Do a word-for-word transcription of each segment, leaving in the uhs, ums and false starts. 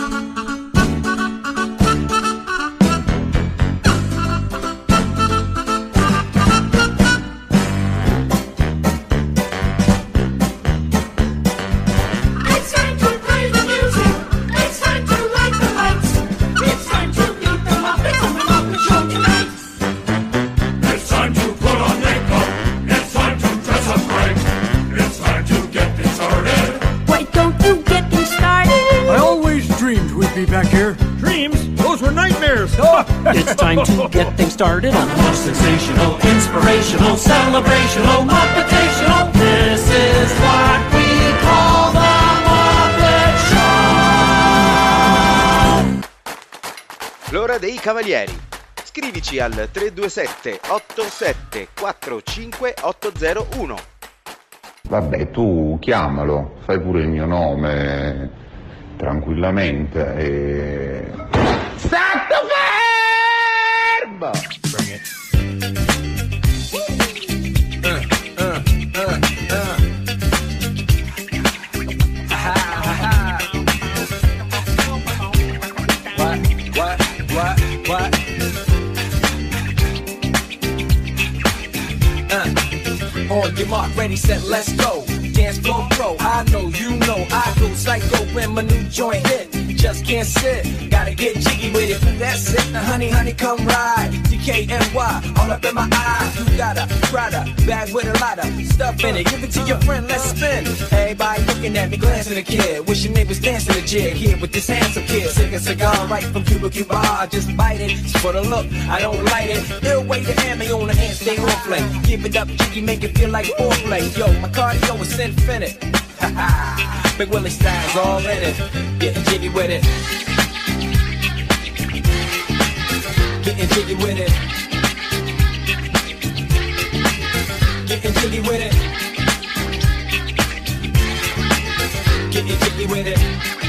It's time to get things started on the most sensational, inspirational, celebrational, motivational. This is what we call the Muppet Show. L'ora dei cavalieri. Scrivici al tre due sette otto sette quattro cinque otto zero uno. Vabbè, tu chiamalo, fai pure il mio nome tranquillamente e... Stato fermo! Bring it. Uh, uh, uh, uh. Ha, ha, ha. What, what, what, what? Uh. On your mark, ready, set, let's go. Dance floor pro, I know, you know, I go psycho when my new joint hit. Just can't sit, gotta get jiggy with it. That's it, now honey, honey, come ride. D K N Y, all up in my eye. You got a Prada bag with a lot of stuff in it. Give it to your friend, let's spin. Everybody looking at me, glancing at the kid. Wishing they was dancing a jig here with this handsome kid. Sick a cigar right from Cuba Cuba. I just bite it, it's for the look, I don't light it. Ill way to hand me on the hand, stay on play. Give it up, jiggy, make it feel like foreplay. Yo, my cardio is infinite. Big Willie style's all in it. Getting jiggy with it. Getting jiggy with it. Getting jiggy with it. Getting jiggy with it.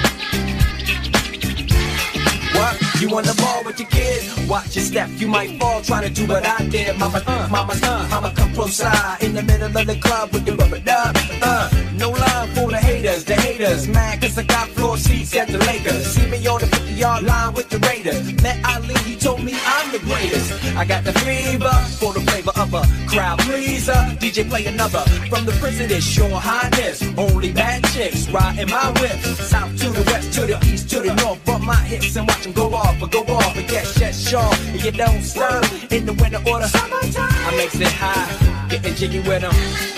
What? You on the ball with your kid? Watch your step, you might fall trying to do what I did. Mama, uh, mama, uh, mama, come close side in the middle of the club with the rubber dub. Uh, no love for the haters, the haters. Mad cause I got floor seats at the Lakers. See me on the fifty yard line with the Raiders. Met Ali, he told me I'm the greatest. I got the fever for the flavor of a crowd pleaser. D J play another from the president, your highness. Only bad chicks riding my whip. South to the west, to the east, to the north. Bump my hips and watch them go off, or go off, and get shut sharp. And you don't stop in the winter order. Summertime. I makes it high, getting jiggy with them.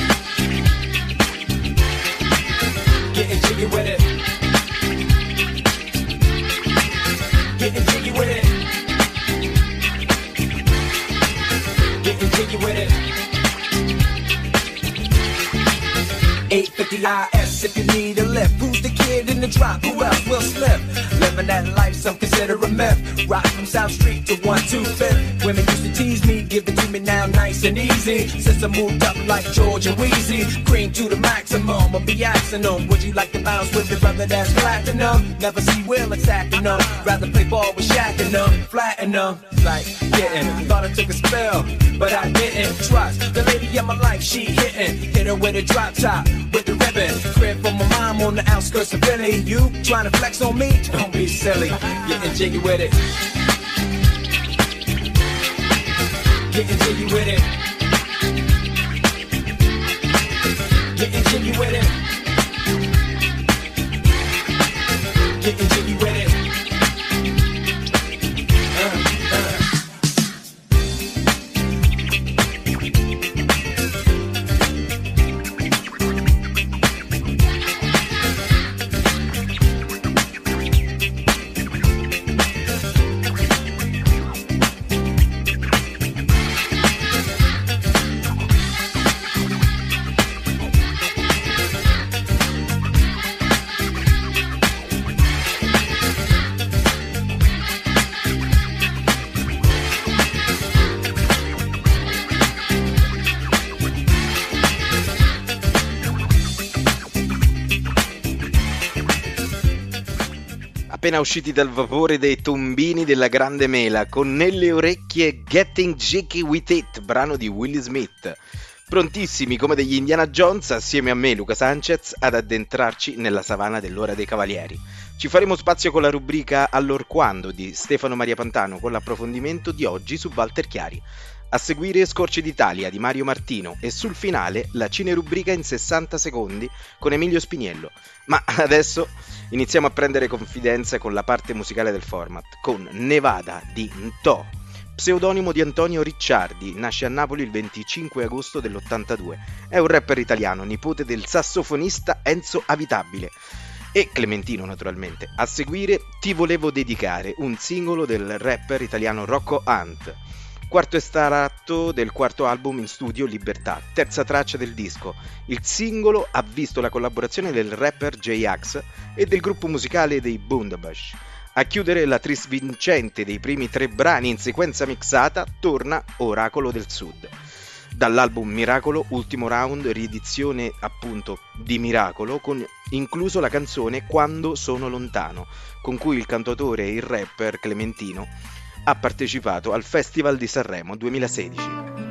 Getting jiggy with it. Getting jiggy with it. Getting jiggy with it. eight fifty I S if you need a lift. Who's the kid in the drop? Who else will slip? Living that life, some consider a myth. Rock from South Street to one two fifth. Women used to tease me, give it to me now nice and easy. Since I moved up like George and Wheezy, cream to the maximum, I'll be asking them. Would you like to bounce with your brother that's platinum? Never see Will attacking them. Rather play ball with Shaq and them, flatten them. Like getting, thought I took a spell, but I didn't. Trust the lady of my life, she hitting. Hit her with a drop top, with the ribbon. Crib for my mom on the outskirts of Philly. You trying to flex on me? Don't be silly. Getting jiggy with it. Getting jiggy with it. Getting jiggy with it. Getting jiggy with it. Uh, uh. Appena usciti dal vapore dei tombini della Grande Mela, con nelle orecchie Getting Jiggy With It, brano di Willie Smith. prontissimi come degli Indiana Jones assieme a me, Luca Sanchez, ad addentrarci nella savana dell'Ora dei Cavalieri. Ci faremo spazio con la rubrica Allorquando di Stefano Maria Pantano, con l'approfondimento di oggi su Walter Chiari. A seguire Scorci d'Italia di Mario Martino e sul finale la cinerubrica in sessanta secondi con Emilio Spiniello. Ma adesso iniziamo a prendere confidenza con la parte musicale del format, con Nevada di Ntò, pseudonimo di Antonio Ricciardi, nasce a Napoli il venticinque agosto dell'ottantadue. È un rapper italiano, nipote del sassofonista Enzo Avitabile e Clementino naturalmente. A seguire Ti volevo dedicare, un singolo del rapper italiano Rocco Hunt, quarto estratto del quarto album in studio Libertà, terza traccia del disco. Il singolo ha visto la collaborazione del rapper J-Ax e del gruppo musicale dei Bundabash. A chiudere la tris vincente dei primi tre brani in sequenza mixata torna Oracolo del Sud. Dall'album Miracolo, ultimo round, riedizione appunto di Miracolo, con incluso la canzone Quando sono lontano, con cui il cantautore e il rapper Clementino ha partecipato al Festival di Sanremo duemilasedici.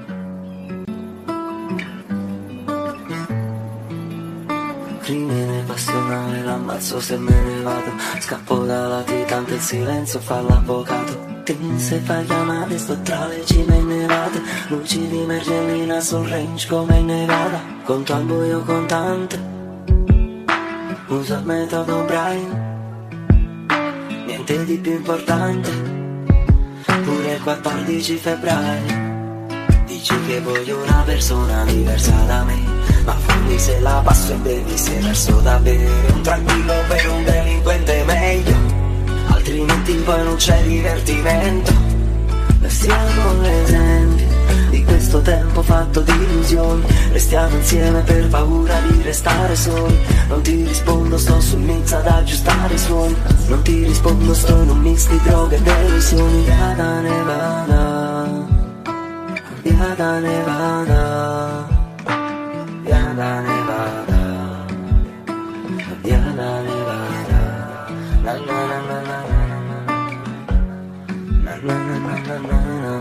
Crimine passionale, l'ammazzo se me ne vado. Scappo da latitante, il silenzio fa l'avvocato. Te se fai chiamare, sto tra le cime innevate. Luci di mergellina sul range come in Nevada. Conto al buio contante, uso il metodo Brian. Niente di più importante. Pure il quattordici febbraio dici che voglio una persona diversa da me, ma fammi se la passo e bevi se verso da bere. Un tranquillo per un delinquente meglio, altrimenti poi non c'è divertimento. Siamo l'esempio di questo tempo fatto di illusioni. Restiamo insieme per paura di restare soli. Non ti rispondo, sto sul mix ad aggiustare i suoni. Non ti rispondo, sto in un mix di droghe e delusioni. Via da Nevada, via da Nevada, via da Nevada, via da Nevada. Na na na na na na na na na na.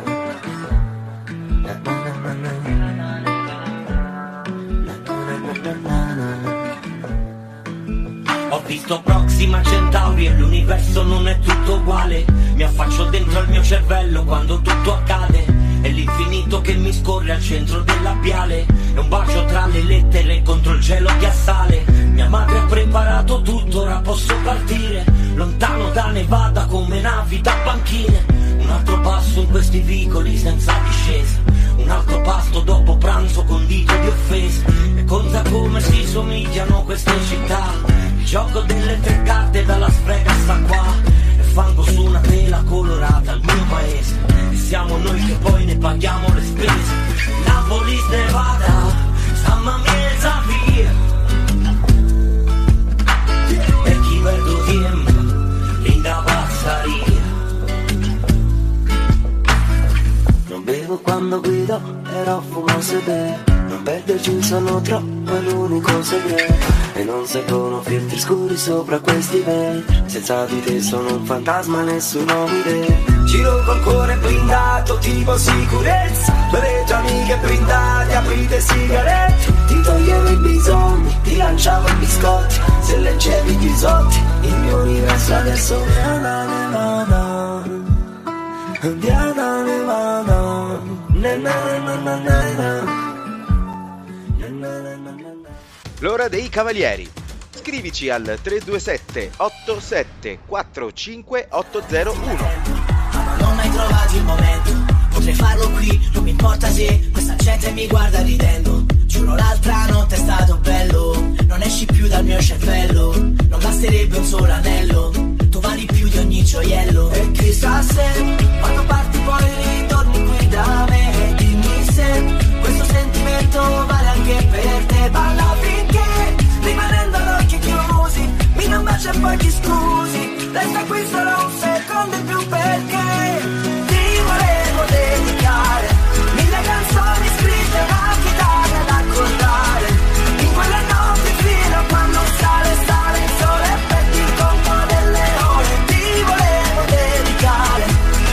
Ho visto Proxima Centauri e l'universo non è tutto uguale. Mi affaccio dentro al mio cervello quando tutto accade. È l'infinito che mi scorre al centro del labiale. È un bacio tra le lettere contro il cielo che assale. Mia madre ha preparato tutto, ora posso partire. Lontano da Nevada come navi da banchine. Un altro passo in questi vicoli senza discesa. Un altro pasto dopo pranzo condito di offesa. E conta come si somigliano queste città. Il gioco delle tre carte dalla Vegas sta qua. E fango su una tela colorata al mio paese. E siamo noi che poi ne paghiamo le spese. Napoli, Nevada, San Mamesa via. Per chi perdo tempo, linda passaria. Non bevo quando guido, però fumo se bevo. Non perderci un sonno troppo è l'unico segreto. E non servono filtri scuri sopra questi vetri. Senza di te sono un fantasma, nessuno mi vede. Giro col cuore blindato, tipo sicurezza. Due tue amiche blindate, aprite sigarette. Ti toglievo i bisogni, ti lanciavo i biscotti. Se leggevi i bisotti, il mio universo adesso via da Nevada, via da Nevada, na na na na na. L'Ora dei Cavalieri. Scrivici al tre due sette otto sette quattro cinque otto zero uno. Ma non ho mai trovato il momento. Potrei farlo qui, non mi importa se questa gente mi guarda ridendo. Giuro l'altra notte è stato bello. Non esci più dal mio cervello. Non basterebbe un solo anello. Tu vali più di ogni gioiello. E chissà se quando parti poi ritorni qui da me. E dimmi se questo sentimento vale anche per te. Balla finché rimanendo ad occhi chiusi. Mi non bacia e poi ti scusi. Resta qui solo un secondo in più perché ti volevo dedicare mille canzoni scritte a chitarra ad accordare. In quelle notti fino a quando sale, sale il sole e perdi il conto delle ore. Ti volevo dedicare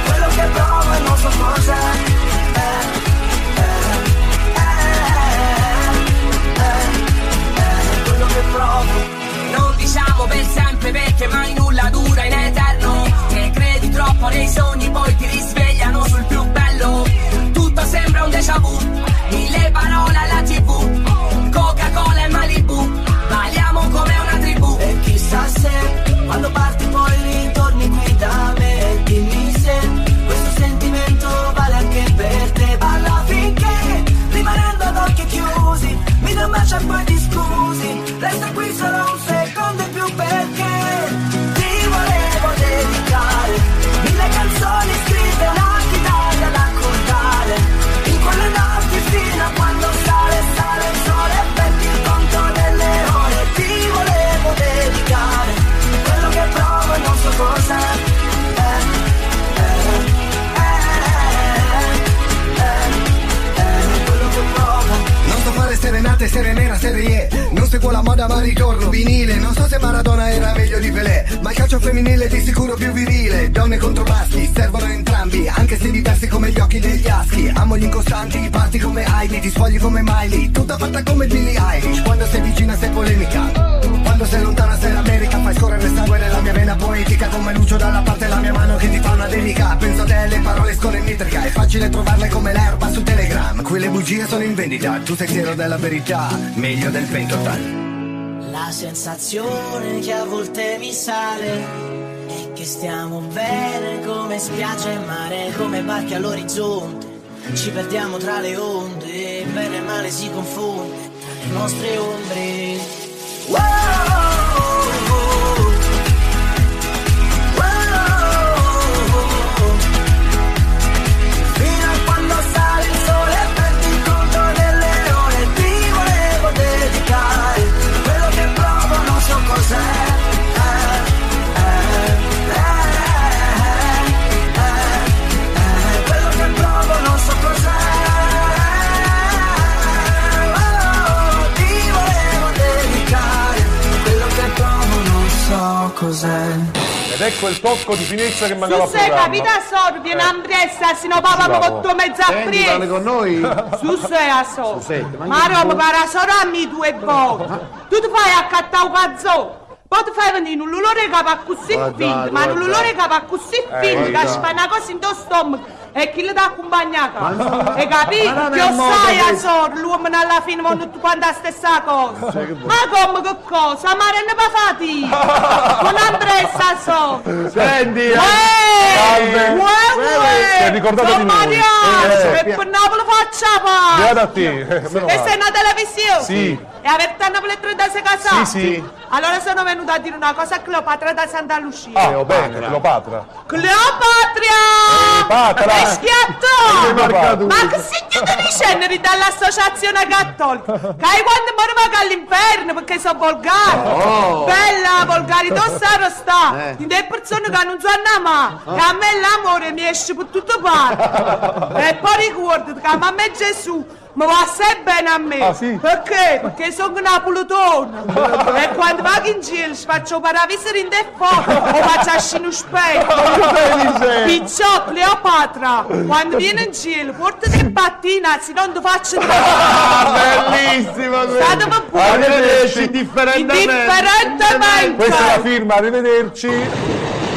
vada ma ritorno. Vinile, non so se Maradona era meglio di Pelé, ma il calcio femminile è di sicuro più virile. Donne contro maschi, servono entrambi, anche se diversi come gli occhi degli aschi. Amo gli incostanti, parti come Heidi, ti sfogli come Miley, tutta fatta come Billie Eilish. Quando sei vicina sei polemica, quando sei lontana sei l'America. Fai scorrere il sangue nella mia vena poetica, come Lucio dalla parte della mia mano che ti fa una dedica. Penso a te, le parole scorre in metrica, è facile trovarle come l'erba su Telegram. Qui le bugie sono in vendita, tu sei fiero della verità, meglio del Pentotal. La sensazione che a volte mi sale è che stiamo bene come spiaggia e mare, come barche all'orizzonte. Ci perdiamo tra le onde, bene e male si confonde tra le nostre ombre. Wow! Cos'è? Ed ecco il tocco di finezza che mancava al programma. programma. Tu sei capita solo, viene ambressa, se no papà mi cotto mezza Senti, parli con noi? Su sei a solo. Ma Ma Roma para solo a me due volte. Tu ti fai accattare un cazzo. Poi ti fai venire un lulore capo così finto, ma un lulore capo così finto che ci fa una cosa in tuo stomaco. E chi le dà accompagnata? No. E capito? Che sai a solo, l'uomo alla fine vanno tutti quanti la stessa cosa. Ma come che cosa? Ma ne fa fatica! Non andressa so! Senti! Uè! Uè! Ti hai ricordato di noi? Mariano! E per Napoli faccia pa! Beata a te! E sei una televisione? Sì! E avete a Napoli trenta sei casati? Sì, sì! Allora sono venuta a dire una cosa a Cleopatra da Santa Lucia. Ah, oh, bene, Cleopatra! Cleopatra! Cleopatra! È schiatto! Ma che si siete di ceneri dall'associazione cattolica? Che hai quando mormo all'inferno perché sono volgari! Oh. Bella volgarità saro sta! Eh. Di delle persone che non sanno mai! Oh. E a me l'amore mi esce per tutto parte! E poi ricordati che a mamma e Gesù mi va assai bene a me! Ah, sì? Perché? Perché sono napoletana! E quando vado in giro ci faccio paravisere in te fuoco o faccio ascino specchio! Picciò Cleopatra! Quando viene in giro portati in pattina, se non ti faccio ah, bellissimo! State per buono! Arrivederci indifferentemente! Indifferentemente! Questa è la firma, arrivederci!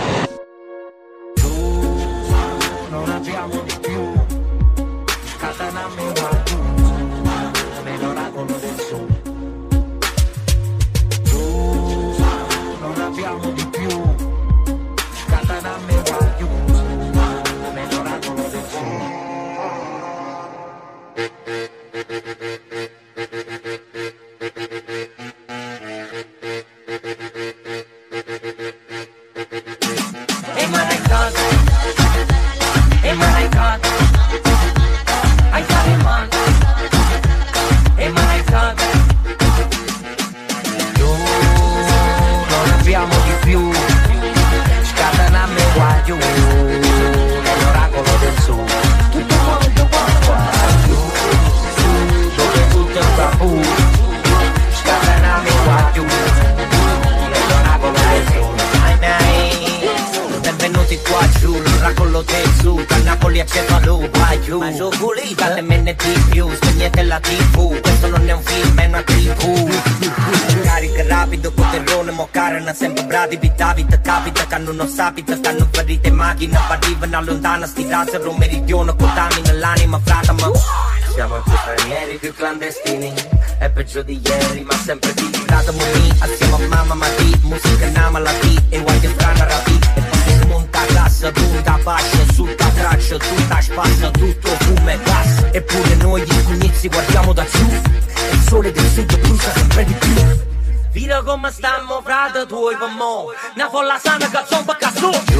Non sapita, stanno ferite macchine, arrivano lontana, sti razzo, meridione, contamina l'anima, frata, ma siamo più stranieri, più clandestini, è peggio di ieri, ma sempre di frata, momì, assieme a mamma, ma di musica, nama, la di, e qualche strana rapi, e poi si monta a classe, punta bascia, tutta traccia, tutta spassa, tutto fumo e gas, eppure noi gli cugnizi guardiamo da giù, e il sole del sud brucia sempre di più. Vira come stiamo, frate tuoi per mo', una folla sana che zomba cazzo. Giù,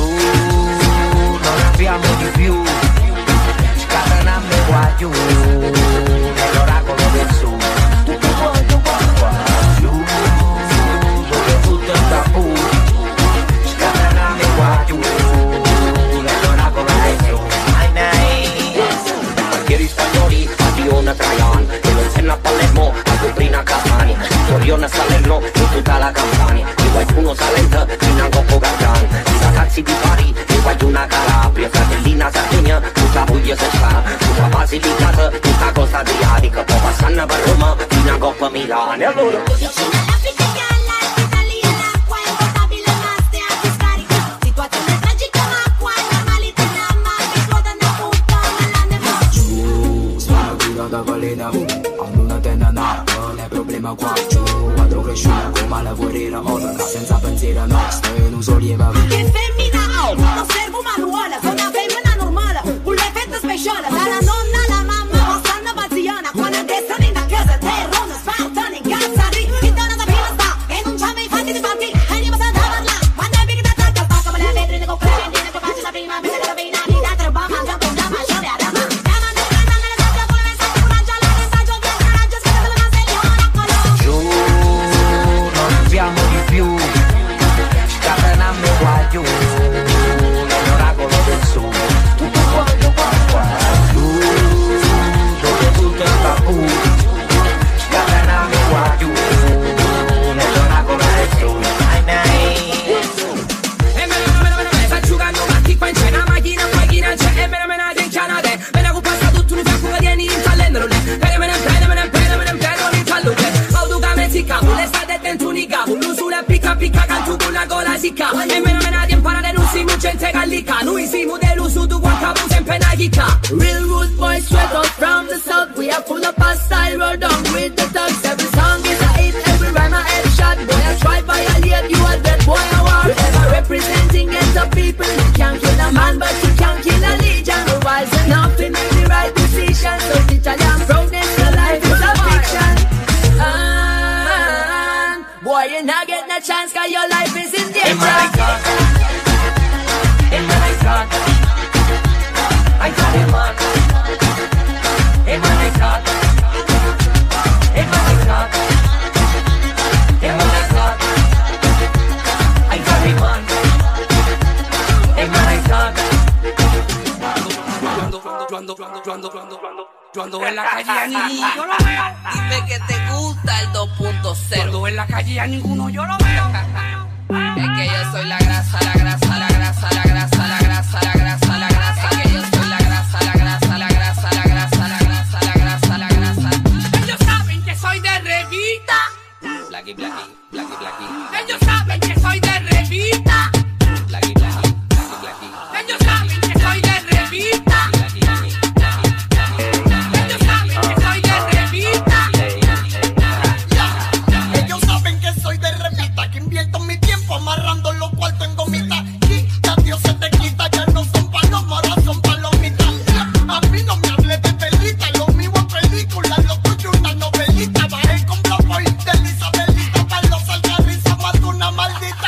non abbiamo di più, scatenammo qua giù, nell'oracolo del sud. Tutto quanto qua qua, giù, dove tutto è tabù, scatenammo qua giù, nell'oracolo del sud. Ai nei, banchieri spagnoli, Fabione Traian, che non se ne a Palermo, a Dublina Casani, Torione Salerno, la campagna, di qualcuno salenta, fino a coppo cardan, di ragazzi di Bari, di qualcuna Calabria, fratellina Sardegna, tutta Puglia se sta, tutta Basilicata, tutta Costa Adriatica, poi passando per Roma, fino a coppa Milano, e allora... Da qualità, hanno una tenda nata, non è problema qua giù, quando cresciuto come la guerriera, ho tornato senza pensiero, no, sto in un sollievo. Che femmina, non servo una ruola, sono una femmina normale, un effetto speciale, dalla nonna alla mamma, passando pazziana, quando adesso in casa, terrone, spartano in casa, che donna da prima sta, e non c'ha mai fatti di fatti, e ne basta da parlare, quando è big da tacca, spacca per le vetrine, con quelle vendine, che faccio da prima, mi sento da pena, mi dà tre bomba, già una mascione a rama. Abbiamo di più, scatenando qua giù, nell'oracolo del sole, tutto quanto qua qua, giù, dove tutto è tabù, scatenando qua giù, nell'oracolo del sole, ai miei. E me ne me ne me ne sta giocando macchi qua in c'è una macchina, poi chi non c'è, e me ne me ne tenchiana te, me ne passa tutto un fianco che tieni in calendolo, e me ne me ne me ne me ne me ne in fallo, autocame si capo, l'estate dentro un capo, l'usura picca picca cantu con la gola si capo, e me ne me ne imparare non siamo gente gallica, noi siamo dell'uso tu quanto capo sempre una chicca. Real wood boys straight out from the south, we are full of past style, roll down with the thugs, every song is a hit, every rhyme a headshot, boy I try violate you a dead boy I war, ever representing against the people, you can't kill a man but you can't kill a legion, we're wise enough to make the right decision, so teach a damn progress, the life is a fiction. Ah, boy you're not getting a chance cause your life is in danger. In my God, in my God, I got it man. In my God, in my God, in my God, I got it man. In my God. Cuando, cuando, cuando, cuando, cuando, cuando en la calle a ninguno yo lo veo. Dime que te gusta el dos punto cero. Cuando en la calle a ninguno yo lo veo. Es que yo soy la grasa, la grasa, la grasa, la grasa, la grasa, la grasa, la grasa. Es que yo soy la grasa, la grasa, la grasa, la grasa, la grasa, la grasa, la grasa. Ellos saben que soy de revista. Blacky, blacky, blacky, blacky. Ellos saben que soy de revista. Blacky, blacky, blacky, blacky. Ellos saben que soy de revista. Amarrando los cuartos en gomita. Quita, Dios se te quita. Ya no son palomas, ahora son palomitas. A mí no me hables de pelita. Lo mío es película, lo tuyo una novelita. Bajé con Blanco y de Isabelita. Para los algarrizos más de una maldita.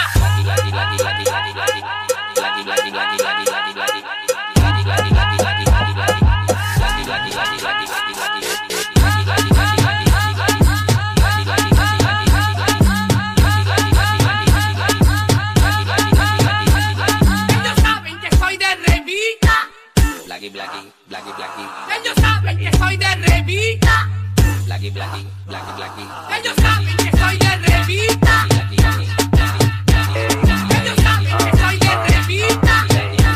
Blacky, blacky, blacky, blacky. Ellos saben que soy de revista. Blacky, blacky, blacky, blacky. Ellos saben que soy de revista. Ellos saben que soy de revista.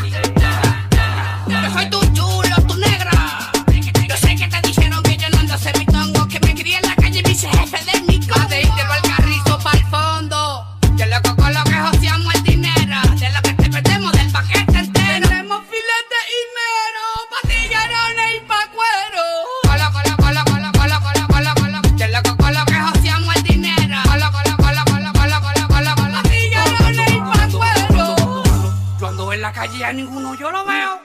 Yo soy tu chulo, tu negra. Yo sé que te dijeron que yo no ando a hacer mi tongo, que me crié en la calle y me hice jefe de mi combo. De irte pa'l carrizo, pa'l fondo. Yo loco con lo que joseamos el dinero. De lo que te perdemos del paquete entero. Tenemos filete y mero, patillerones y pa' cuero. Colo, colo, colo, colo, colo, colo, colo, colo. Yo loco con lo que joseamos el dinero. Colo, colo, colo, colo, colo, colo, colo, colo. Patillerones y pa' cuero. Cuando en la calle a ninguno yo lo veo.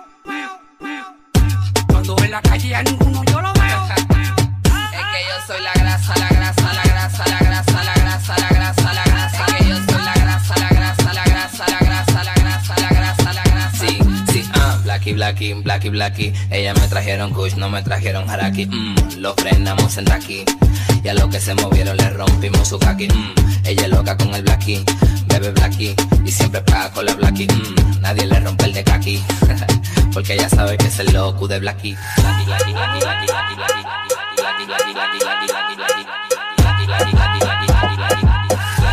Cuando en la calle a ninguno yo lo veo. Es que yo soy la grasa, la grasa, la grasa, la grasa, la grasa, la grasa, la grasa. Es que yo soy la grasa, la grasa, la grasa, la grasa, la grasa, la grasa, la grasa. Sí, sí, ah, blacky, blacky, blacky, blacky. Ellas me trajeron kush, no me trajeron haraki. Mm, lo frenamos en aquí. Y a los que se movieron le rompimos su kaki. Mm, ella es loca con el blacky, bebe blacky. Y siempre paga con la blacky. Mm, nadie le rompe el de kaki. Porque ella sabe que es el loco de blacky. Blacky, blacky, blacky, blacky, blacky, blacky, blacky, blacky, blacky, blacky, blacky, blacky, blacky, blacky, blacky, blacky, blacky, blacky, blacky.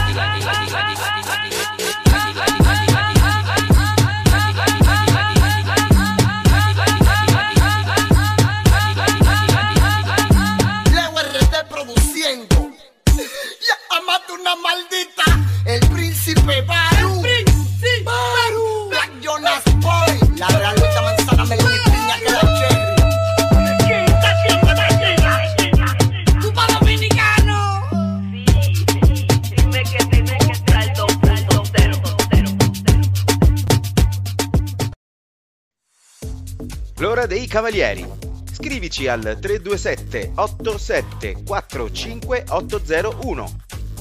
L'ora dei Cavalieri. Scrivici al tre due sette otto sette quattro cinque otto zero uno.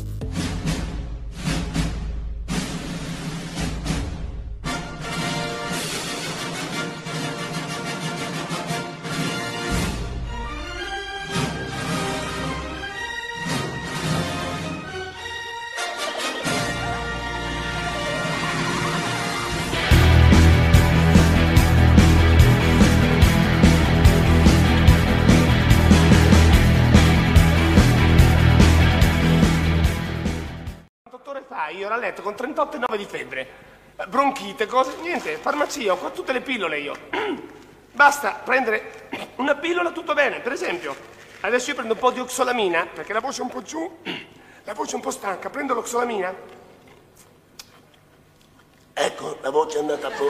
Io ero a letto con trentotto e nove di febbre, bronchite, cose, niente, farmacia, ho qua tutte le pillole io. Basta prendere una pillola, tutto bene. Per esempio, adesso io prendo un po' di oxolamina, perché la voce è un po' giù, la voce è un po' stanca, prendo l'oxolamina. Ecco, la voce è andata a po'.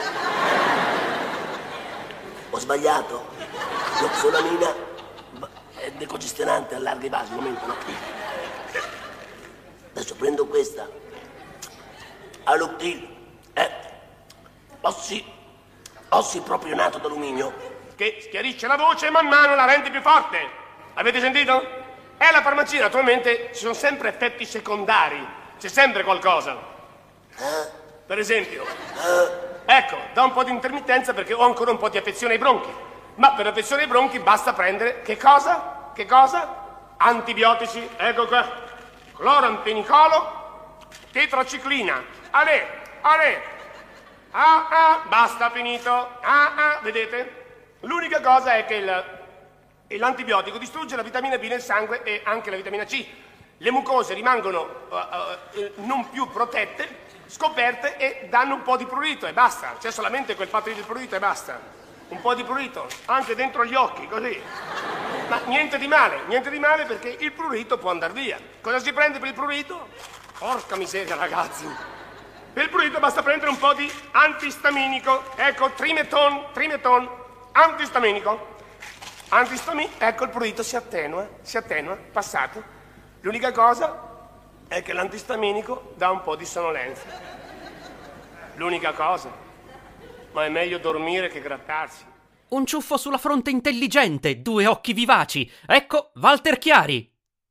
Ho sbagliato. L'oxolamina è decongestionante, allarga i vasi, un momento, no? Adesso prendo questa. Aloctil, eh, ossi, ossi propionato d'alluminio. Che schiarisce la voce e man mano la rende più forte. Avete sentito? È la farmacia, naturalmente ci sono sempre effetti secondari, c'è sempre qualcosa. Eh? Per esempio, eh. ecco, da un po' di intermittenza perché ho ancora un po' di affezione ai bronchi. Ma per l'affezione ai bronchi basta prendere, che cosa? Che cosa? Antibiotici, ecco qua. Clorampenicolo, tetraciclina. Ale, ale, ah ah, basta, finito, ah ah, vedete? L'unica cosa è che il, l'antibiotico distrugge la vitamina B nel sangue e anche la vitamina C. Le mucose rimangono uh, uh, non più protette, scoperte e danno un po' di prurito e basta. C'è solamente quel fatto del prurito e basta. Un po' di prurito, anche dentro gli occhi, così. Ma niente di male, niente di male perché il prurito può andare via. Cosa si prende per il prurito? Porca miseria, ragazzi. Per il prurito basta prendere un po' di antistaminico. Ecco, trimeton, trimeton, antistaminico. Antistaminico, ecco il prurito si attenua, si attenua, passato. L'unica cosa è che l'antistaminico dà un po' di sonnolenza. L'unica cosa. Ma è meglio dormire che grattarsi. Un ciuffo sulla fronte intelligente, due occhi vivaci. Ecco Walter Chiari.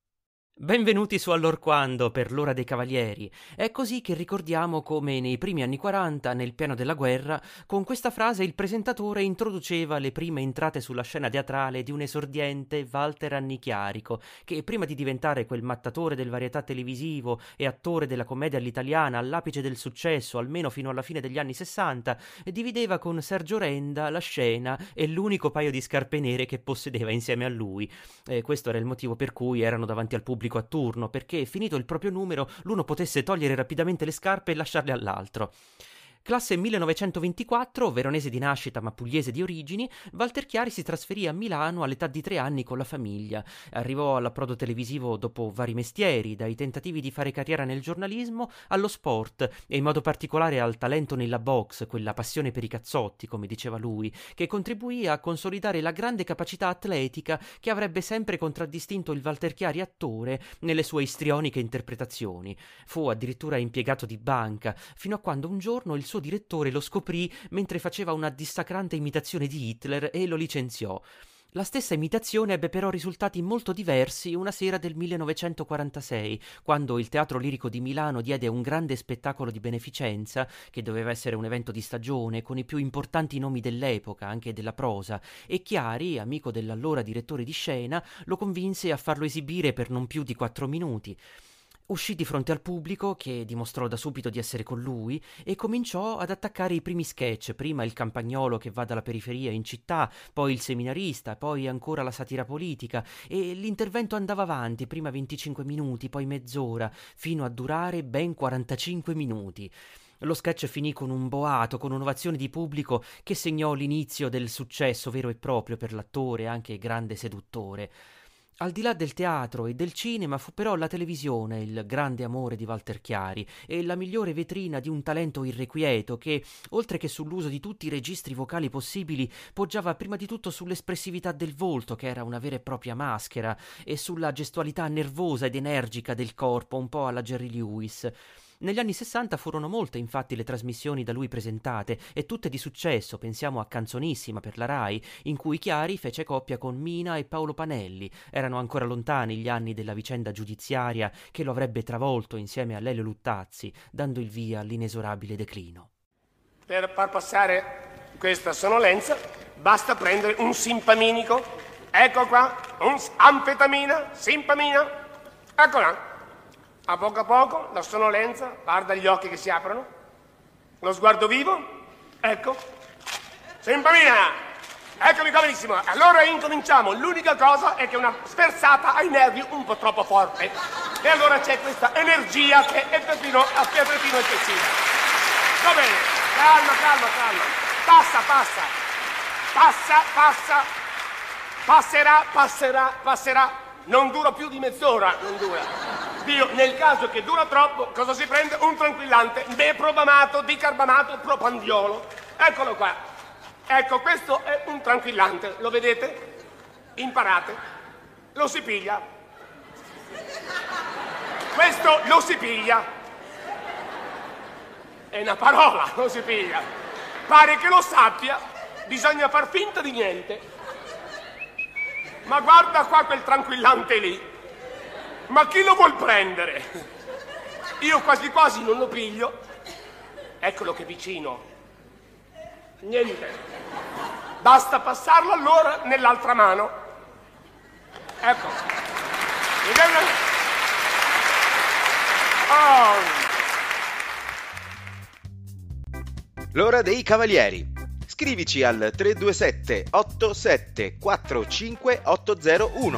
Benvenuti su Allorquando per l'ora dei Cavalieri. È così che ricordiamo come nei primi anni quaranta, nel pieno della guerra, con questa frase il presentatore introduceva le prime entrate sulla scena teatrale di un esordiente Walter Annichiarico, che prima di diventare quel mattatore del varietà televisivo e attore della commedia all'italiana all'apice del successo, almeno fino alla fine degli anni sessanta, divideva con Sergio Renda la scena e l'unico paio di scarpe nere che possedeva insieme a lui. E questo era il motivo per cui erano davanti al pubblico a turno, perché finito il proprio numero l'uno potesse togliere rapidamente le scarpe e lasciarle all'altro. Classe millenovecentoventiquattro, veronese di nascita ma pugliese di origini, Walter Chiari si trasferì a Milano all'età di tre anni con la famiglia. Arrivò all'approdo televisivo dopo vari mestieri, dai tentativi di fare carriera nel giornalismo allo sport e in modo particolare al talento nella box, quella passione per i cazzotti, come diceva lui, che contribuì a consolidare la grande capacità atletica che avrebbe sempre contraddistinto il Walter Chiari attore nelle sue istrioniche interpretazioni. Fu addirittura impiegato di banca, fino a quando un giorno il suo direttore lo scoprì mentre faceva una dissacrante imitazione di Hitler e lo licenziò. La stessa imitazione ebbe però risultati molto diversi una sera del millenovecentoquarantasei, quando il Teatro Lirico di Milano diede un grande spettacolo di beneficenza, che doveva essere un evento di stagione, con i più importanti nomi dell'epoca, anche della prosa, e Chiari, amico dell'allora direttore di scena, lo convinse a farlo esibire per non più di quattro minuti. Uscì di fronte al pubblico, che dimostrò da subito di essere con lui, e cominciò ad attaccare i primi sketch, prima il campagnolo che va dalla periferia in città, poi il seminarista, poi ancora la satira politica, e l'intervento andava avanti, prima venticinque minuti, poi mezz'ora, fino a durare ben quarantacinque minuti. Lo sketch finì con un boato, con un'ovazione di pubblico che segnò l'inizio del successo vero e proprio per l'attore, anche grande seduttore. Al di là del teatro e del cinema fu però la televisione il grande amore di Walter Chiari e la migliore vetrina di un talento irrequieto che, oltre che sull'uso di tutti i registri vocali possibili, poggiava prima di tutto sull'espressività del volto, che era una vera e propria maschera, e sulla gestualità nervosa ed energica del corpo, un po' alla Jerry Lewis. Negli anni sessanta furono molte infatti le trasmissioni da lui presentate, e tutte di successo. Pensiamo a Canzonissima per la Rai, in cui Chiari fece coppia con Mina e Paolo Panelli. Erano ancora lontani gli anni della vicenda giudiziaria che lo avrebbe travolto insieme a Lelio Luttazzi, dando il via all'inesorabile declino. Per far passare questa sonnolenza basta prendere un simpaminico. Ecco qua, un anfetamina, simpamina. Ecco là. A poco a poco la sonnolenza, guarda gli occhi che si aprono, lo sguardo vivo, ecco. Simpamina! Eccomi qua, benissimo. Allora incominciamo. L'unica cosa è che una sferzata ai nervi un po' troppo forte. E allora c'è questa energia che è perfino, è perfino eccessiva. Va bene, calma, calma, calma. Passa, passa. Passa, passa. Passerà, passerà, passerà. Non dura più di mezz'ora, non dura. Dio, nel caso che dura troppo, cosa si prende? Un tranquillante, beprovamato, bicarbamato, propandiolo. Eccolo qua. Ecco, questo è un tranquillante, lo vedete? Imparate. Lo si piglia. Questo lo si piglia. È una parola, lo si piglia. Pare che lo sappia, bisogna far finta di niente. Ma guarda qua quel tranquillante lì. Ma chi lo vuol prendere? Io quasi quasi non lo piglio. Eccolo che vicino. Niente. Basta passarlo allora nell'altra mano. Ecco. Oh. L'ora dei Cavalieri. Scrivici al tre due sette otto sette quattro cinque otto zero uno.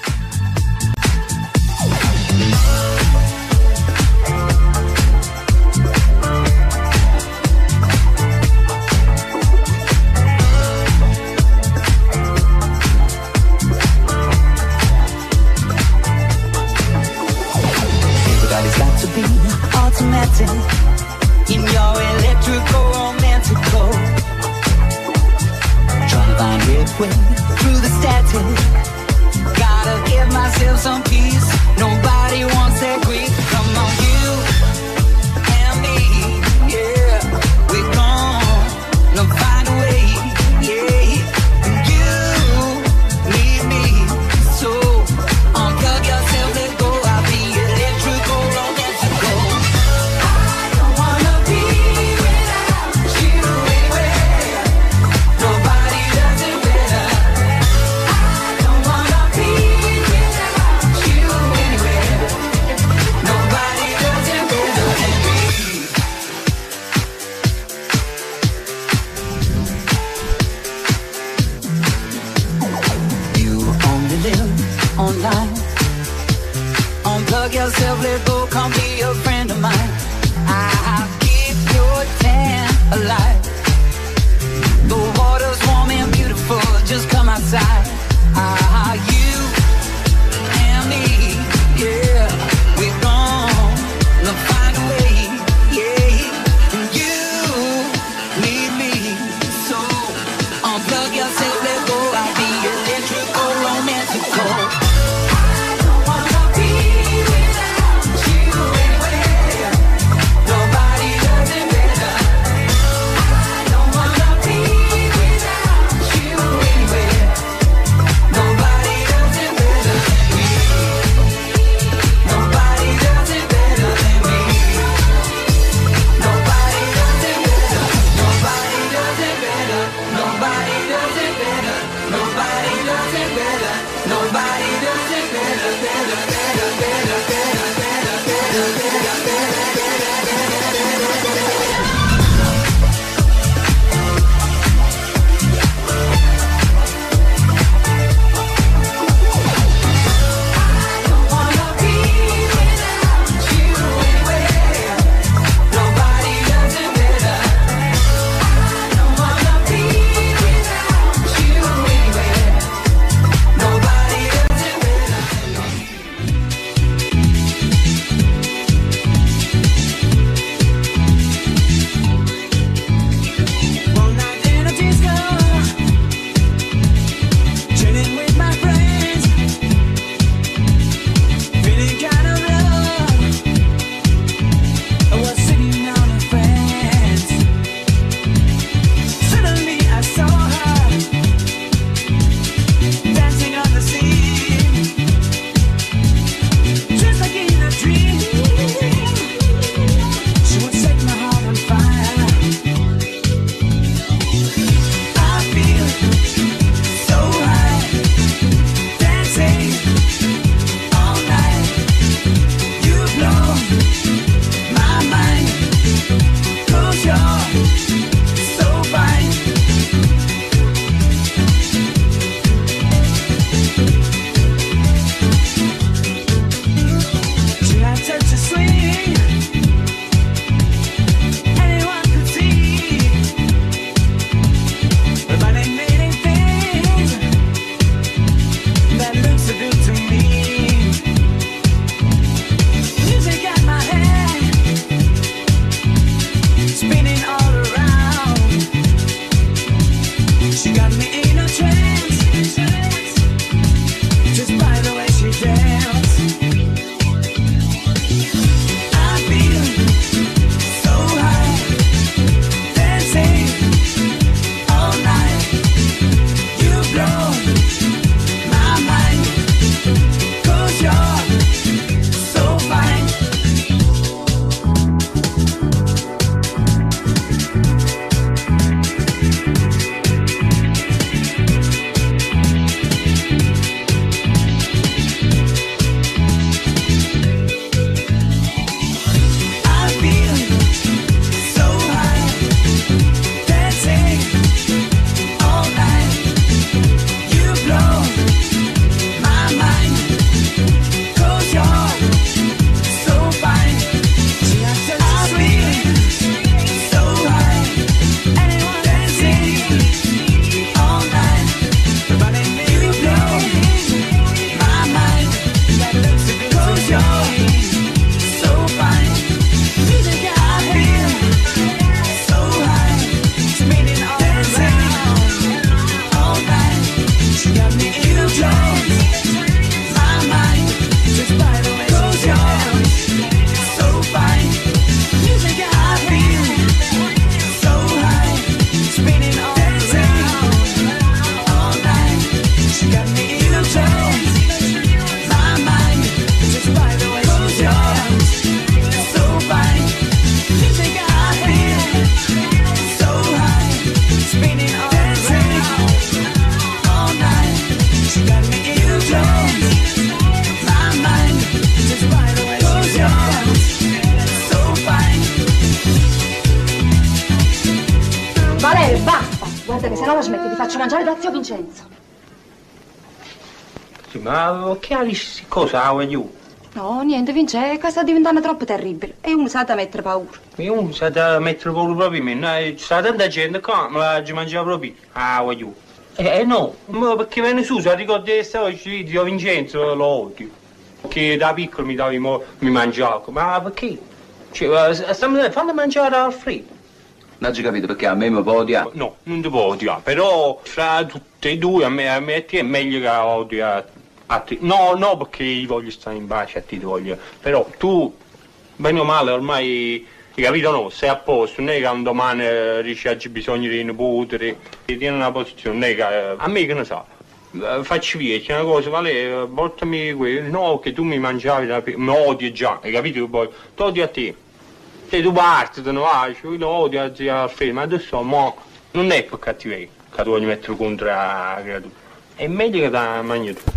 Automatic in your electrical romantical, trying to find your way through the static. Gotta give myself some peace. Nobody wants that grief. Come on, you and me, yeah, we're gonna find a way, yeah. And you need me, so unplug yourself, let go. I'll be electrical romantical. Online, unplug yourself, let go, come be a friend of mine. I'll keep your tan alive. The water's warm and beautiful, just come outside. Ah, you and me, yeah, we're gonna find a way, yeah. And you need me, so unplug yourself, let go. I'll be electrical, romantical. Valerio, basta! Guarda che se no la smetti, ti faccio mangiare da zio Vincenzo. Sì, ma che hai cosa voglio? No, niente, Vince, che sta diventando troppo terribile. E uno sa da mettere paura. E uno sa da mettere paura proprio in me. C'è tanta gente qua, me la mangia proprio. Ah, voglio. Eh, eh no, ma perché viene su, se ricordi di questa oggi, zio Vincenzo lo odio. Che da piccolo mi davi, mo, mi mangiavo. Ma perché? Cioè, stiamo fanno mangiare al freddo. Non hai capito perché a me mi può odiare? No, non ti può odiare, però fra tutte e due a me, a me e te è meglio che odia a te. No, no, perché io voglio stare in pace, a te ti voglio. Però tu, bene o male, ormai, hai capito no? Sei a posto, non è che un domani eh, riesci a avere bisogno di nipote, ti tieni una posizione, non è che, eh, a me che ne sa. Uh, facci via, c'è una cosa, vale, uh, portami quello, no, che tu mi mangiavi, da... mi odi già, hai capito? Poi, ti odio a te. Se tu parti, te ne vai, io lo odio a zia Alfredo, ma adesso mo, non è per cattiveria, che tu voglio mettere contro la creatura. È meglio che te mangi tu.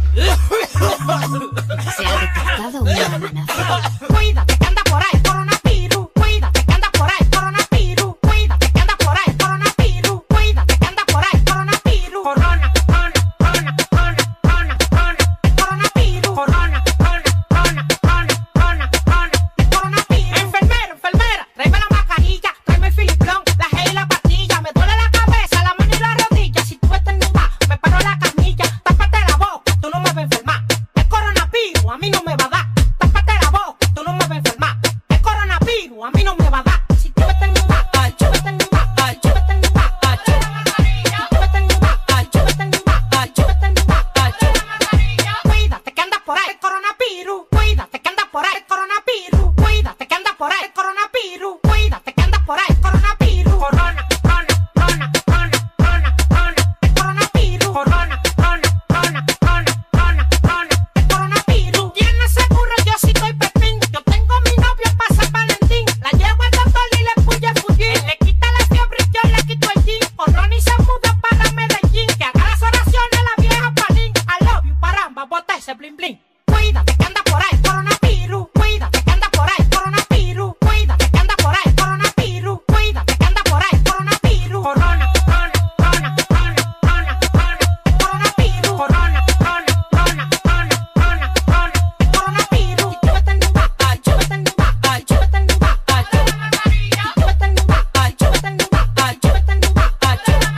Se ha detectado una amenaza. Cuídate que anda por ahí coronavirus. Cuídate que anda por ahí coronavirus. Cuídate que anda por ahí coronavirus. Cuídate que anda por ahí coronavirus. Corona, corona, corona, corona, corona, corona, coronavirus. Corona, corona, corona, corona, corona, corona, coronavirus. Enfermero, enfermera, tráeme la mascarilla, tráeme el filiplón, la gel y la pastilla. Me duele la cabeza, la mano y la rodilla. Si tú estornudas, me paro la camilla. Tápate la boca, tú no me vas a enfermar. El coronavirus a mí no me va a dar. Tápate la boca, tú no me vas a enfermar. El coronavirus a mí no me va a dar. Si tú estornudas, ay, yo estornudas, ay, yo estornudas, ay, yo. Si tú estornudas, ay, yo estornudas, ay, yo estornudas, ay, yo. Cuídate que andas por ahí el coronavirus. Cuídate que andas por ahí el coronavirus. Cuídate que andas por ahí el coronavirus. Cuídate que andas por ahí el coronavirus. Corona, corona, corona, corona, corona, corona, el coronavirus. Corona, corona, corona, corona, corona, corona, el coronavirus. ¿Tienes seguro? Yo sí estoy pepín. Yo tengo mi novio para San Valentín. La llevo al doctor y le puye fullín. Le quita la fiebre y yo le quito el jean. O Ronnie se muda para Medellín. Que haga las oraciones la vieja Palín. I love you, paramba, bota ese blin blin. Cuídate que anda por ahí coronavirus. Cuídate que anda por ahí coronavirus. Cuídate que anda por ahí coronavirus. Cuídate que anda por ahí coronavirus. Corona, corona, corona, corona, corona, corona, coronavirus. Corona, corona, corona, corona, corona, corona, coronavirus. Si tú estornudas, ay, yo estornudas, ay, yo estornudas, ay, yo. Si tú estornudas, ay, yo estornudas, ay, yo estornudas, ay,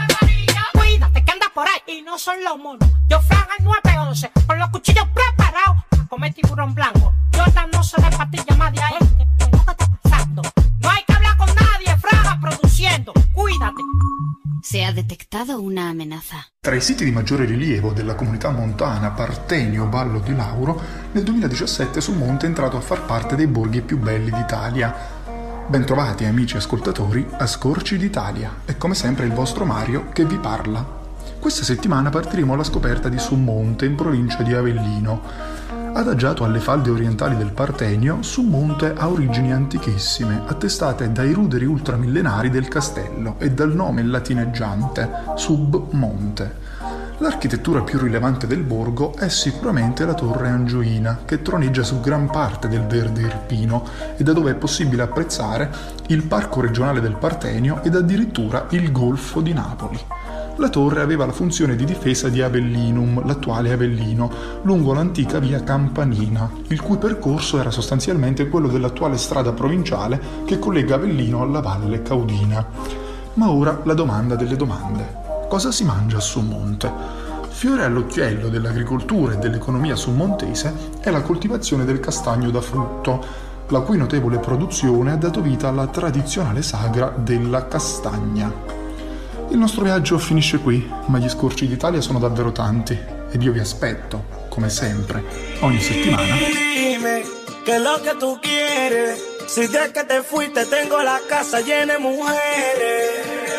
yo. Cuídate que anda por ahí y no son los monos. Yo fraga el nueve once con los cuchillos preparados a comer tiburón blanco. Jordan no se de patilla más de ahí. ¿Qué es lo que está pasando? No hay que hablar con nadie, fraga produciendo. Cuídate. Se ha detectado una amenaza. Tra i siti di maggiore rilievo della comunità montana Partenio Ballo di Lauro, nel duemiladiciassette Summonte è entrato a far parte dei borghi più belli d'Italia. Bentrovati amici ascoltatori a Scorci d'Italia, e come sempre il vostro Mario che vi parla. Questa settimana partiremo alla scoperta di Summonte in provincia di Avellino. Adagiato alle falde orientali del Partenio, Summonte ha origini antichissime, attestate dai ruderi ultramillenari del castello e dal nome latineggiante, Sub Monte. L'architettura più rilevante del borgo è sicuramente la Torre Angioina, che troneggia su gran parte del verde irpino e da dove è possibile apprezzare il Parco regionale del Partenio ed addirittura il Golfo di Napoli. La torre aveva la funzione di difesa di Avellinum, l'attuale Avellino, lungo l'antica via Campanina, il cui percorso era sostanzialmente quello dell'attuale strada provinciale che collega Avellino alla Valle Caudina. Ma ora la domanda delle domande. Cosa si mangia a Summonte? Fiore all'occhiello dell'agricoltura e dell'economia summontese è la coltivazione del castagno da frutto, la cui notevole produzione ha dato vita alla tradizionale sagra della castagna. Il nostro viaggio finisce qui, ma gli scorci d'Italia sono davvero tanti ed io vi aspetto, come sempre, ogni settimana. Dime que lo que tú quieres, si de que te fuiste tengo la casa llena de mujeres,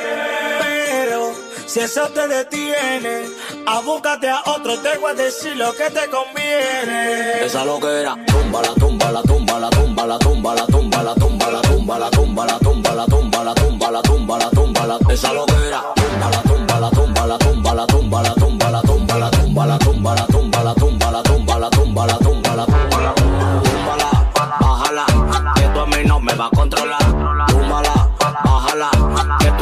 pero si eso te detiene, abúscate a otro, te voy a decir lo que te conviene. Esa loquera, tumba la tumba la tumba la tumba la tumba la tumba la tumba la tumba la tumba la tumba la tumba la tumba la tumba la tumba la esa loquera, tumba la tumba la tumba la tumba la tumba la tumba la tumba la tumba la tumba la tumba la tumba la tumba la tumba la tumba la tumba la túmbala, bájala, que tú a mí no me va a controlar. Túmbala, bájala, que tú a mí no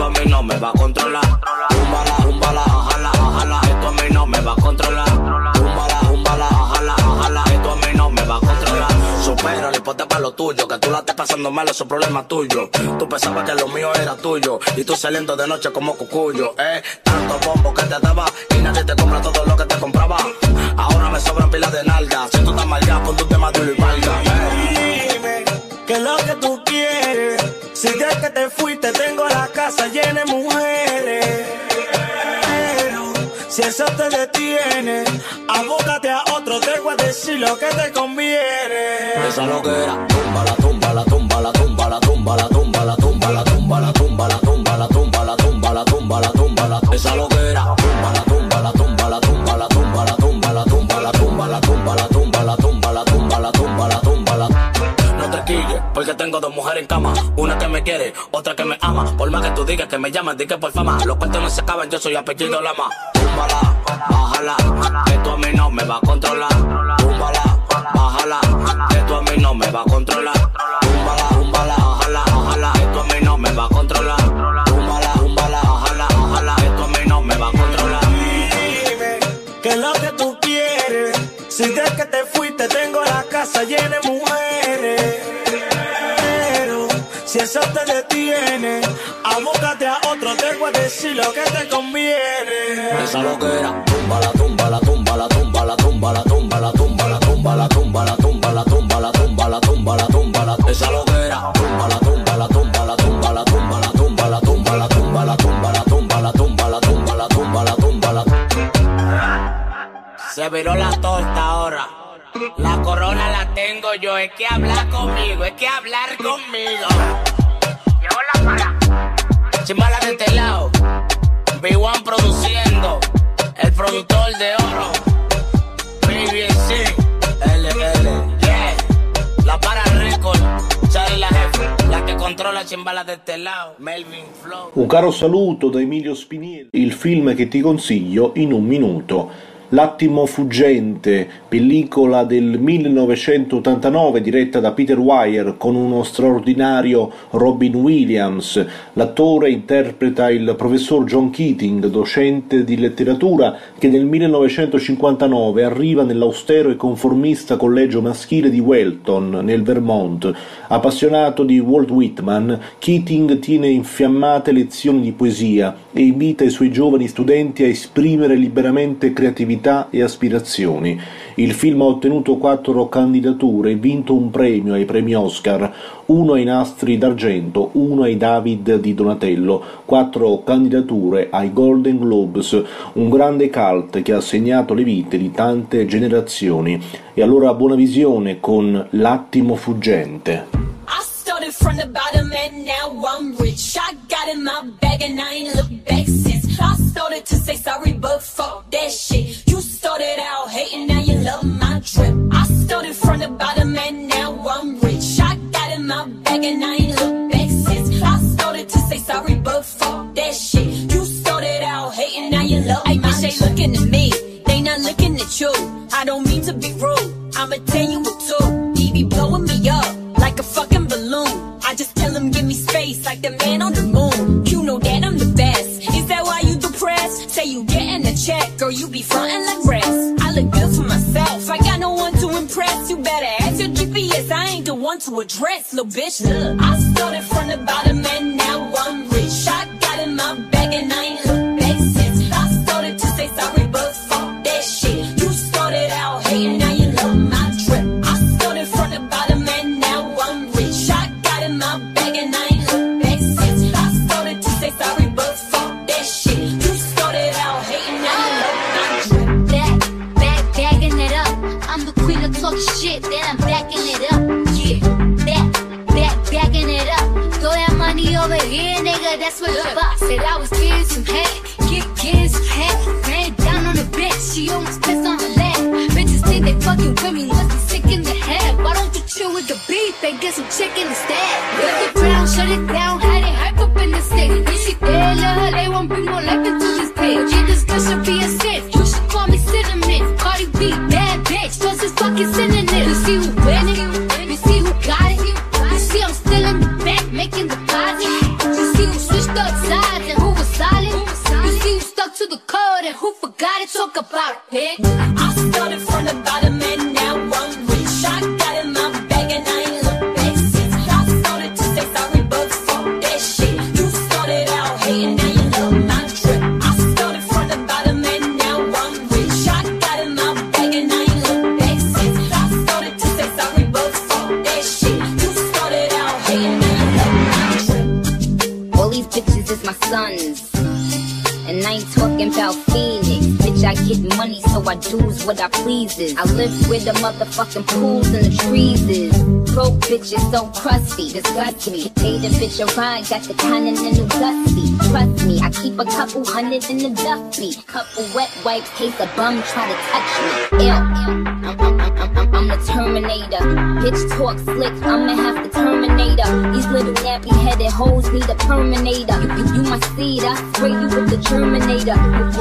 no me va a controlar. Túmbala, túmbala, ajala, ajala, esto a mí no me va a controlar. Túmbala, túmbala, ajala, ajala, esto a mí no me va a controlar. Supéralo y ponte pa' lo tuyo, que tú la estés pasando mal, eso es problema tuyo. Tú pensabas que lo mío era tuyo y tú saliendo de noche como cucuyo, eh. Tanto bombo que te daba y nadie te compra todo lo que te compraba. Ahora me sobran pilas de nalga, si tú estás malgado, pon tu tema duro y valga, eh. Dime qué es lo que tú quieres. Si desde que te fuiste tengo la casa llena de mujeres. Pero si eso te detiene, abócate a otro, te voy a decir lo que te conviene. Esa loquera, túmbala, túmbala, túmbala, túmbala, túmbala, túmbala, túmbala, túmbala, túmbala, túmbala, túmbala, túmbala, túmbala, túmbala. Esa loquera, túmbala, túmbala, túmbala, túmbala, túmbala, túmbala, túmbala, túmbala, túmbala, túmbala, túmbala, túmbala, túmbala, túmbala. No te quilles, porque tengo dos mujeres en cama. Una que me quiere, otra que me ama. Por más que tú digas que me llaman, di que por fama. Los cuentos no se acaban, yo soy apellido Lama. Túmbala, bájala, esto a mí no me va a controlar. Túmbala, bájala, esto a mí no me va a controlar. Túmbala, túmbala, bájala, bájala, esto a mí no me va a controlar. Túmbala, túmbala, bájala, bájala, esto a mí no me va a controlar. Dime qué es lo que tú quieres. Si desde que te fuiste tengo la casa llena de mujeres. Pero si eso te detiene, abócate a otro, te voy a decir lo que te conviene. Esa loquera, túmbala, túmbala, túmbala, túmbala, túmbala, túmbala, túmbala, túmbala, túmbala, túmbala, túmbala, túmbala, túmbala, túmbala. Esa loquera, túmbala, túmbala, túmbala, túmbala, túmbala, túmbala, túmbala, túmbala, túmbala, túmbala, túmbala, túmbala, túmbala, túmbala. Se viró la torta ahora. La corona la tengo yo. Es que hablar conmigo, es que hablar conmigo. Llevo la para. Chimbala de este lado. B uno produciendo. El productor de oro. B B C. L L. Yeah. La para record. Charlie la jefe. La che controlla Cimbala de este lado. Melvin Flow. Un caro saluto da Emilio Spinielli. Il film che ti consiglio in un minuto. L'attimo fuggente, pellicola del millenovecentottantanove diretta da Peter Weir con uno straordinario Robin Williams. L'attore interpreta il professor John Keating, docente di letteratura che nel millenovecentocinquantanove arriva nell'austero e conformista collegio maschile di Welton, nel Vermont. Appassionato di Walt Whitman, Keating tiene infiammate lezioni di poesia e invita i suoi giovani studenti a esprimere liberamente creatività e aspirazioni. Il film ha ottenuto quattro candidature e vinto un premio ai premi Oscar, uno ai Nastri d'Argento, uno ai David di Donatello, quattro candidature ai Golden Globes, un grande cult che ha segnato le vite di tante generazioni. E allora buona visione con L'attimo fuggente. Started from the bottom and now I'm rich. I got in my bag and I ain't looked back since. I started to say sorry but fuck that shit. You started out hating, now you love my drip. I started from the bottom and now I'm rich. I got in my bag and I ain't looked back since. I started to say sorry but fuck that shit. You started out hating, now you love my drip. Ay, bitch, they looking at me, they not looking at you. I don't mean to be rude, I'ma tell you what to. He be blowing me up like a fucking balloon. I just tell him give me space like the man on the moon. You know that I'm the best. Is that why you depressed? Say you getting a check, girl, you be frontin' like rest. I look good for myself, I got no one to impress. You better ask your G P S, I ain't the one to address. Little bitch, look, I started from the bottom and now I'm rich. I got in my bag and I ain't looked back since. I started to say sorry but fuck that shit. You started out hating, now you love my drip. I started from the bottom and now I'm rich. I got in my bag and I ain't looked back since. I started to say sorry but fuck that shit. You started out hating, now you love my drip. Back, back, bagging it up. I'm the queen of talking shit, then I'm backing it up. Yeah, back, back, backing it up. Throw that money over here, nigga, that's what it's about. Said I was getting some head, get getting some head. Ran down on the bitch, she almost pissed on her leg. Bitches think they fucking with me, must be sick in the head. Why don't you chill with the beef and get some chicken instead? Whip it round, shut it down, had it hype up in the city. If she dead, let her lay, won't bring more life into this bitch. Yeah, this girl should be a sin, you should call me cinnamon. Cardi B, bad bitch, plus it's fucking synonym. You see who winning, you see who got it. You see I'm still in the back, making deposits. You see who switched up sides and who was solid? You see you stuck to the code and who forgot it, talk about it. I started from the bottom and now I'm rich. I got in my bag and I ain't look back since. I started to say sorry, but fuck that shit. You started out hating, now you love my drip. I started from the bottom and now I'm rich. I got in my bag and I ain't look back since. I started to say sorry, but fuck that shit. You started out hating, now you love my drip. All these bitches is my sons. And I ain't talking about Phoenix. Bitch, I get money, so I do's what I pleases. I live where the motherfucking pools and the trees is. Broke bitches so crusty, disgust me. Paid a bitch a ride, got the continental dusty. Trust me, I keep a couple hundred in the duffy. Couple wet wipes, case a bum try to touch me. Ew, I'm, I'm, I'm, I'm, I'm the Terminator. Bitch talk slick, I'ma have the Terminator. These little nappy headed hoes need a Terminator. You, you, you my seed, I spray you with the Terminator.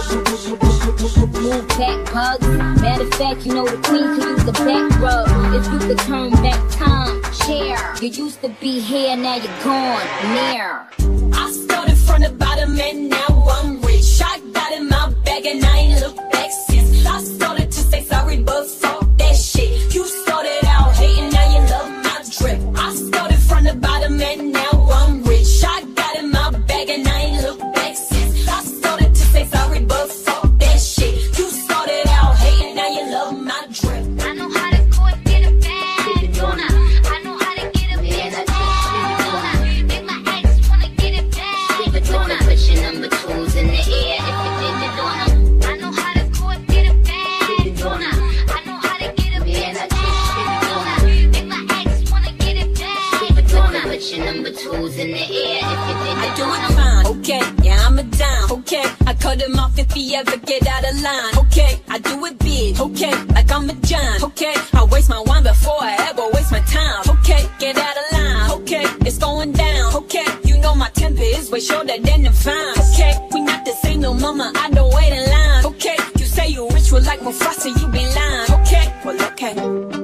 Move back, pugs. Matter of fact, you know the queen could use a back rub. If you could turn back time, share. You used to be here, now you're gone, near. I started from the bottom and now I'm rich. I got in my bag and I ain't look back since. I started to say sorry, but fuck that shit. You started out hating, now you love my drip. I started from the bottom and now I'm rich. I got in my bag and I ain't look back since. I started to say sorry, but fuck that shit. You started out hating, now you love my drip. I know how to go and get a bag, Donna. I know how to get a bag, Donna. Make my ex wanna get it back, Donna. Put your number twos in the air if you did it, Donna. I know how to go and get a bag, Donna. I know how to get a bag, Donna. Make my ex wanna get it back, Donna. Put your number twos in the air if you did it, Donna. Okay, yeah, I'm a dime. Okay, I cut him off if he ever get out of line. Okay, I do it big. Okay, like I'm a giant. Okay, I waste my wine before I ever waste my time. Okay, get out of line. Okay, it's going down. Okay, you know my temper is way shorter than the vine. Okay, we not the same, no mama, I don't wait in line. Okay, you say you rich, well like Mufasa, you be lying. Okay, well okay.